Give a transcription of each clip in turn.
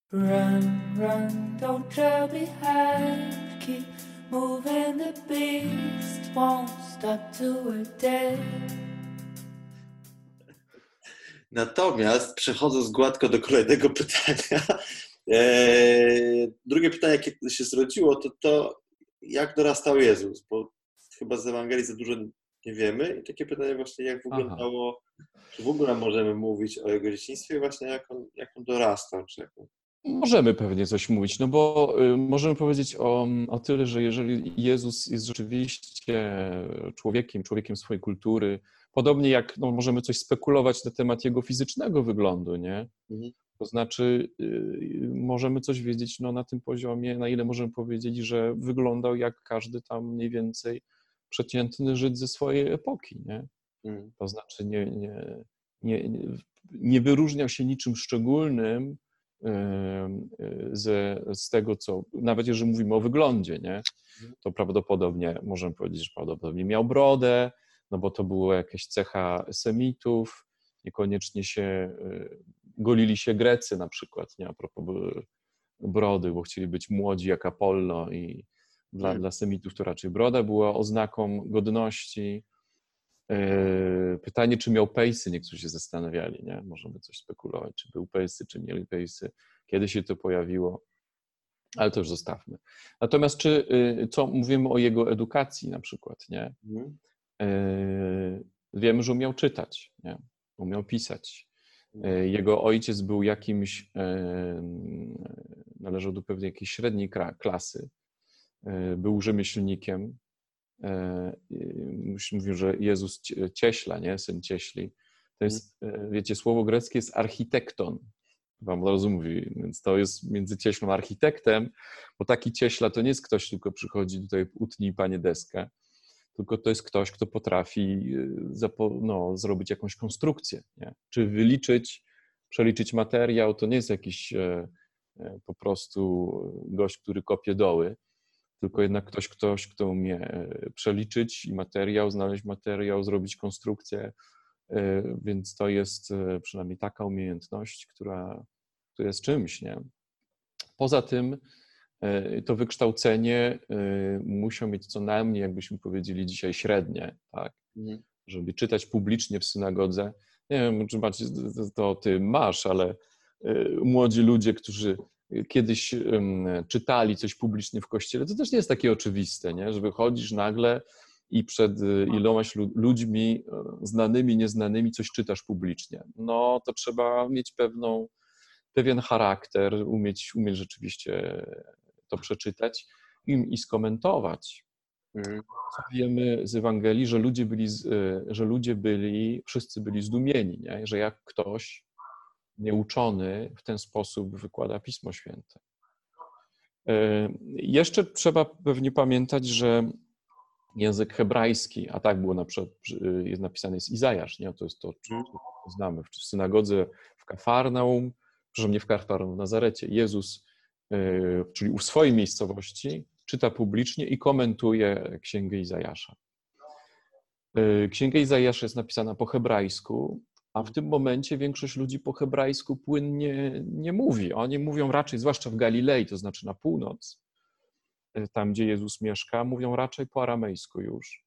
Run, run, don't trail behind. Keep moving, the beast won't stop till we're dead. Natomiast przechodząc gładko do kolejnego pytania, drugie pytanie, jakie się zrodziło, to jak dorastał Jezus, bo chyba z Ewangelii za dużo nie wiemy i takie pytanie właśnie, jak wyglądało, czy w ogóle możemy mówić o Jego dzieciństwie, właśnie jak on dorastał, czy jak on... Możemy pewnie coś mówić, no bo możemy powiedzieć o tyle, że jeżeli Jezus jest rzeczywiście człowiekiem swojej kultury, podobnie jak no, możemy coś spekulować na temat jego fizycznego wyglądu, nie? Mhm. To znaczy możemy coś wiedzieć no, na tym poziomie, na ile możemy powiedzieć, że wyglądał jak każdy tam mniej więcej przeciętny Żyd ze swojej epoki, nie? Mhm. To znaczy nie wyróżniał się niczym szczególnym z tego, co, nawet jeżeli mówimy o wyglądzie, nie, to prawdopodobnie, możemy powiedzieć, że prawdopodobnie miał brodę, no bo to była jakaś cecha Semitów, niekoniecznie golili się Grecy na przykład, nie, a propos brody, bo chcieli być młodzi jak Apollo i dla Semitów to raczej broda była oznaką godności. Pytanie, czy miał pejsy, niektórzy się zastanawiali, nie? Możemy coś spekulować, czy był pejsy, czy mieli pejsy, kiedy się to pojawiło, ale to już zostawmy. Natomiast co mówimy o jego edukacji na przykład, nie? Wiemy, że umiał czytać, nie? Umiał pisać. Jego ojciec był jakimś, należał do pewnej jakiejś średniej klasy, był rzemieślnikiem. Mówił, że Jezus cieśla, nie? Syn cieśli. To jest, wiecie, słowo greckie jest architekton, wam od razu mówi, więc to jest między cieślą a architektem, bo taki cieśla to nie jest ktoś, tylko przychodzi tutaj, utnij panie deskę, tylko to jest ktoś, kto potrafi zrobić jakąś konstrukcję, nie? Czy wyliczyć, przeliczyć materiał, to nie jest jakiś po prostu gość, który kopie doły, tylko jednak ktoś, kto umie przeliczyć i materiał, znaleźć materiał, zrobić konstrukcję, więc to jest przynajmniej taka umiejętność, która jest czymś, nie? Poza tym to wykształcenie musiał mieć co najmniej, jakbyśmy powiedzieli dzisiaj, średnie, tak? Żeby czytać publicznie w synagodze. Nie wiem, czy macie, to ty masz, ale młodzi ludzie, którzy kiedyś czytali coś publicznie w kościele, to też nie jest takie oczywiste, nie? Że wychodzisz nagle i przed ilomaś ludźmi znanymi, nieznanymi coś czytasz publicznie. No to trzeba mieć pewien charakter, umieć rzeczywiście to przeczytać i skomentować. Co wiemy z Ewangelii, że wszyscy byli zdumieni, nie? Że jak ktoś nieuczony w ten sposób wykłada Pismo Święte. Jeszcze trzeba pewnie pamiętać, że język hebrajski, a tak było na przykład, jest napisane jest Izajasz, nie? To jest to, co znamy w synagodze w Kafarnaum, przepraszam, nie w Kafarnaum, w Nazarecie. Jezus, czyli w swojej miejscowości, czyta publicznie i komentuje Księgę Izajasza. Księga Izajasza jest napisana po hebrajsku, a w tym momencie większość ludzi po hebrajsku płynnie nie mówi. Oni mówią raczej, zwłaszcza w Galilei, to znaczy na północ, tam gdzie Jezus mieszka, mówią raczej po aramejsku już.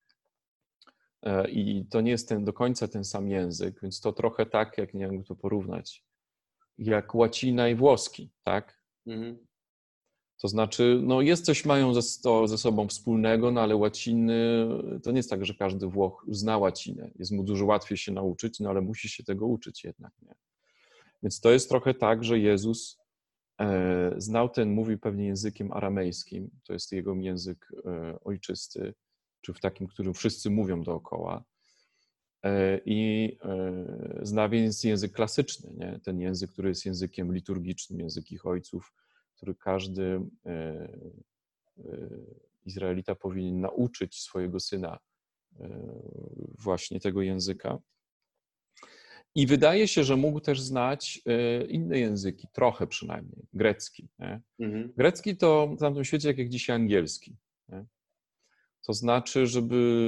I to nie jest do końca ten sam język, więc to trochę tak, jak nie wiem to porównać, jak łacina i włoski, tak? To znaczy, no jest coś, mają ze sobą wspólnego, no ale łaciny, to nie jest tak, że każdy Włoch zna łacinę. Jest mu dużo łatwiej się nauczyć, no ale musi się tego uczyć jednak, nie? Więc to jest trochę tak, że Jezus mówił pewnie językiem aramejskim, to jest jego język ojczysty, czy w takim, którym wszyscy mówią dookoła. I zna więc język klasyczny, nie? Ten język, który jest językiem liturgicznym, język ich ojców, który każdy Izraelita powinien nauczyć swojego syna właśnie tego języka. I wydaje się, że mógł też znać inne języki, trochę przynajmniej, grecki. Nie? Grecki to w tamtym świecie jak dzisiaj angielski. Nie? To znaczy, żeby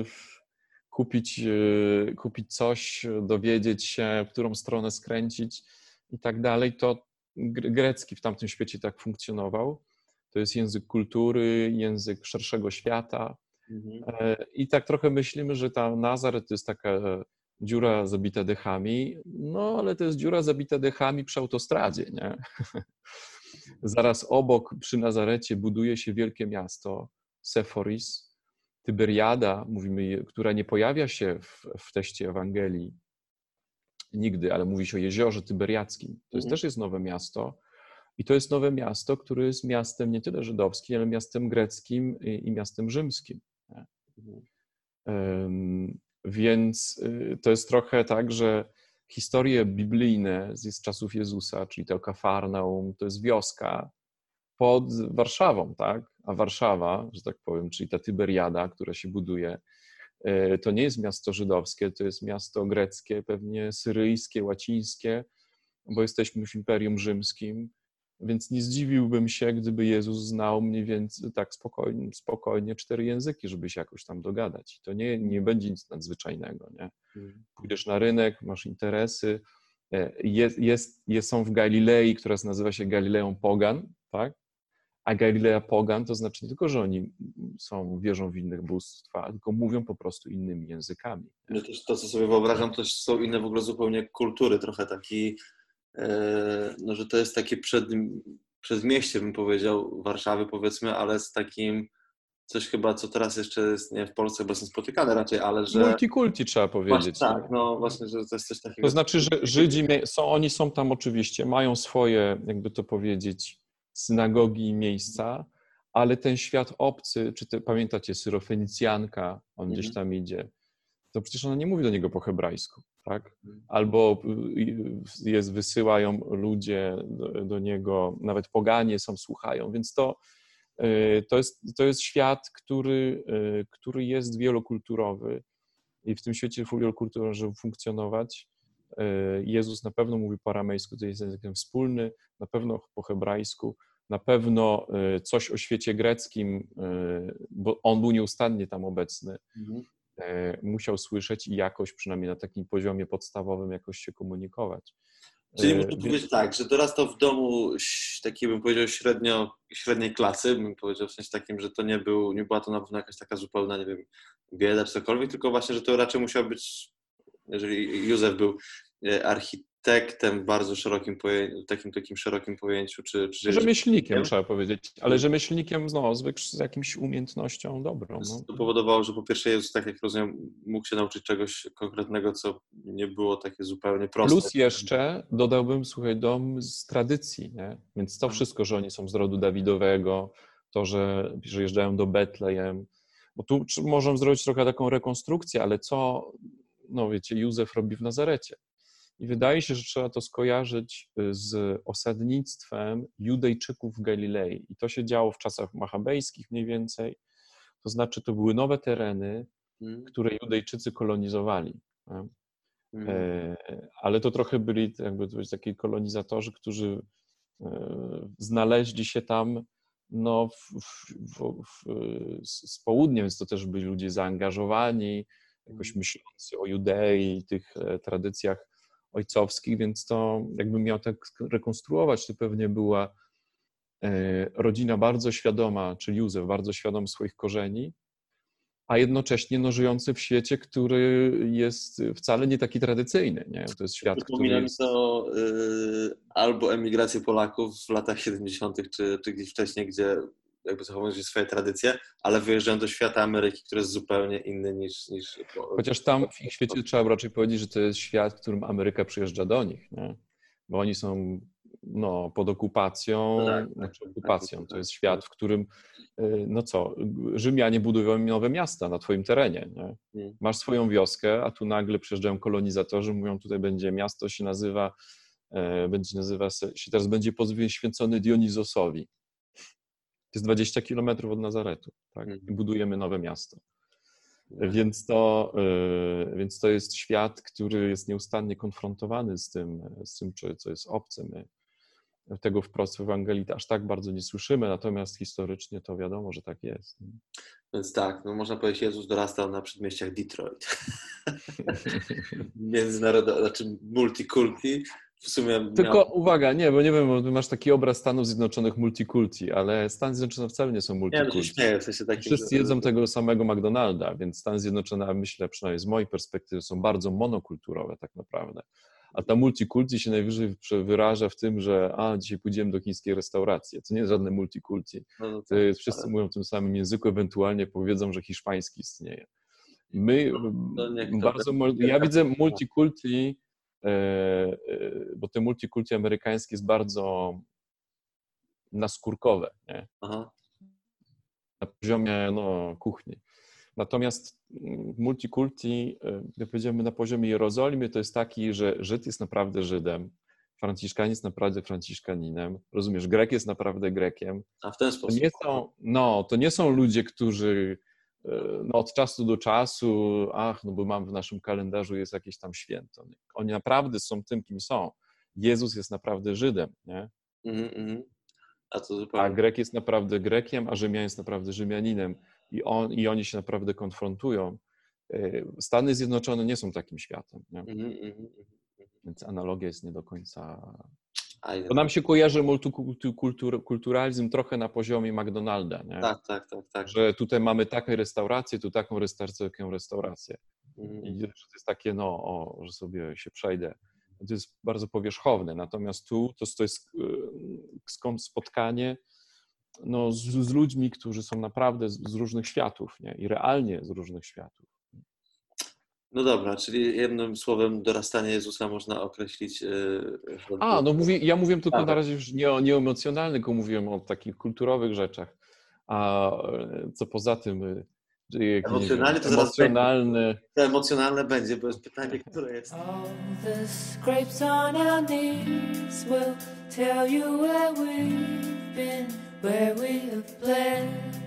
kupić coś, dowiedzieć się, w którą stronę skręcić i tak dalej, to grecki w tamtym świecie tak funkcjonował. To jest język kultury, język szerszego świata. I tak trochę myślimy, że ta Nazaret to jest taka dziura zabita dechami, no ale to jest dziura zabita dechami przy autostradzie, nie? Zaraz obok przy Nazarecie buduje się wielkie miasto, Seforis, Tyberiada, mówimy, która nie pojawia się w tekście Ewangelii nigdy, ale mówi się o jeziorze Tyberiackim. To też jest nowe miasto. I to jest nowe miasto, które jest miastem nie tyle żydowskim, ale miastem greckim i miastem rzymskim. Więc to jest trochę tak, że historie biblijne z czasów Jezusa, czyli to Kafarnaum, to jest wioska pod Warszawą, tak? A Warszawa, że tak powiem, czyli ta Tyberiada, która się buduje, to nie jest miasto żydowskie, to jest miasto greckie, pewnie syryjskie, łacińskie, bo jesteśmy w Imperium Rzymskim, więc nie zdziwiłbym się, gdyby Jezus znał mniej więcej tak spokojnie 4 języki, żeby się jakoś tam dogadać. To nie będzie nic nadzwyczajnego, nie? Pójdziesz na rynek, masz interesy, są w Galilei, która nazywa się Galileą Pogan, tak? A Galilea Pogan to znaczy nie tylko, że oni wierzą w innych bóstwa, tylko mówią po prostu innymi językami. No też to, co sobie wyobrażam, to są inne w ogóle zupełnie kultury, trochę taki, no że to jest takie przedmieście, bym powiedział, Warszawy powiedzmy, ale z takim coś chyba, co teraz jeszcze jest nie w Polsce obecnie spotykane raczej, ale że... Multikulti trzeba powiedzieć. Właśnie, tak, no właśnie, że to jest coś takiego... To znaczy, że Żydzi, oni są tam oczywiście, mają swoje, jakby to powiedzieć, synagogi i miejsca, ale ten świat obcy, pamiętacie, Syrofenicjanka, on gdzieś tam idzie, to przecież ona nie mówi do niego po hebrajsku, tak? Albo wysyłają ludzie do niego, nawet poganie słuchają, więc to jest świat, który jest wielokulturowy i w tym świecie wielokulturowym, żeby funkcjonować, Jezus na pewno mówi po aramejsku, to jest językiem wspólny, na pewno po hebrajsku, na pewno coś o świecie greckim, bo on był nieustannie tam obecny, musiał słyszeć i jakoś, przynajmniej na takim poziomie podstawowym, jakoś się komunikować. Czyli można powiedzieć tak, że dorastał w domu takiej, bym powiedział, średniej klasy, bym powiedział w sensie takim, że to nie była to na pewno jakaś taka zupełna, nie wiem, bieda czy cokolwiek, tylko właśnie, że to raczej musiał być, jeżeli Józef był architektem w bardzo szerokim pojęciu, takim szerokim pojęciu, czy rzemieślnikiem trzeba powiedzieć, ale rzemieślnikiem z jakimś umiejętnością dobrą. No. To powodowało, że po pierwsze Jezus, tak jak rozumiem, mógł się nauczyć czegoś konkretnego, co nie było takie zupełnie proste. Plus jeszcze dodałbym, słuchaj, dom z tradycji, nie? Więc to wszystko, że oni są z rodu Dawidowego, to, że przyjeżdżają do Betlejem, bo tu możemy zrobić trochę taką rekonstrukcję, ale co, no wiecie, Józef robi w Nazarecie. I wydaje się, że trzeba to skojarzyć z osadnictwem Judejczyków w Galilei. I to się działo w czasach machabejskich mniej więcej. To znaczy, to były nowe tereny, które Judejczycy kolonizowali. Ale to trochę byli jakby taki kolonizatorzy, którzy znaleźli się tam no, z południa, więc to też byli ludzie zaangażowani, jakoś myślący o Judei i tych tradycjach ojcowskich, więc to jakbym miał tak rekonstruować, to pewnie była rodzina bardzo świadoma, czyli Józef, bardzo świadom swoich korzeni, a jednocześnie no, żyjący w świecie, który jest wcale nie taki tradycyjny. Nie? To jest świat, który jest... to albo emigrację Polaków w latach 70. czy gdzieś wcześniej, gdzie jakby zachowują się swoje tradycje, ale wyjeżdżają do świata Ameryki, który jest zupełnie inny niż... Chociaż tam w ich świecie trzeba raczej powiedzieć, że to jest świat, w którym Ameryka przyjeżdża do nich, nie? Bo oni są no, pod okupacją, okupacją. To jest świat, w którym no co, Rzymianie budują nowe miasta na twoim terenie. Nie? Masz swoją wioskę, a tu nagle przyjeżdżają kolonizatorzy, mówią, tutaj będzie miasto, teraz będzie poświęcony Dionizosowi. To jest 20 kilometrów od Nazaretu, tak? I budujemy nowe miasto. Więc to jest świat, który jest nieustannie konfrontowany z tym, co jest obce. My tego wprost w Ewangelii aż tak bardzo nie słyszymy, natomiast historycznie to wiadomo, że tak jest. Więc tak, no można powiedzieć, Jezus dorastał na przedmieściach Detroit. Międzynarodowe, znaczy multikulti, w sumie Tylko uwaga, nie, bo nie wiem, bo ty masz taki obraz Stanów Zjednoczonych multikulti, ale Stany Zjednoczone wcale nie są Nie, no multikulti. się śmieję, w sensie takim, Wszyscy jedzą tego samego McDonalda, więc Stany Zjednoczone, myślę, przynajmniej z mojej perspektywy, są bardzo monokulturowe tak naprawdę. A ta multikulti się najwyżej wyraża w tym, że dzisiaj pójdziemy do chińskiej restauracji. To nie jest żadne multikulti. To jest, wszyscy mówią w tym samym języku, ewentualnie powiedzą, że hiszpański istnieje. Ja widzę multikulti, bo te multikulti amerykańskie jest bardzo naskórkowe, nie? Aha. Na poziomie kuchni. Natomiast multikulti, jak powiedziemy, na poziomie Jerozolimy, to jest taki, że Żyd jest naprawdę Żydem, Franciszkanin jest naprawdę Franciszkaninem, rozumiesz, Grek jest naprawdę Grekiem. A w ten sposób. To nie są ludzie, którzy od czasu do czasu, bo mam w naszym kalendarzu jest jakieś tam święto. Oni naprawdę są tym, kim są. Jezus jest naprawdę Żydem, nie? A Grek jest naprawdę Grekiem, a Rzymianin jest naprawdę Rzymianinem. I oni się naprawdę konfrontują. Stany Zjednoczone nie są takim światem. Nie? Więc analogia jest nie do końca... Bo nam się kojarzy multikulturalizm trochę na poziomie McDonalda. Nie? Tak. Że tutaj mamy taką restaurację, tu taką restaurację. I że to jest takie, że sobie się przejdę. To jest bardzo powierzchowne. Natomiast tu to jest spotkanie z ludźmi, którzy są naprawdę z różnych światów, nie? I realnie z różnych światów. No dobra, czyli jednym słowem dorastanie Jezusa można określić... Ja mówiłem tylko na razie już nie o emocjonalnych, tylko mówiłem o takich kulturowych rzeczach. A co poza tym... Emocjonalne będzie, bo jest pytanie, które jest. All the scrapes on our knees will tell you where we've been, where we have bled.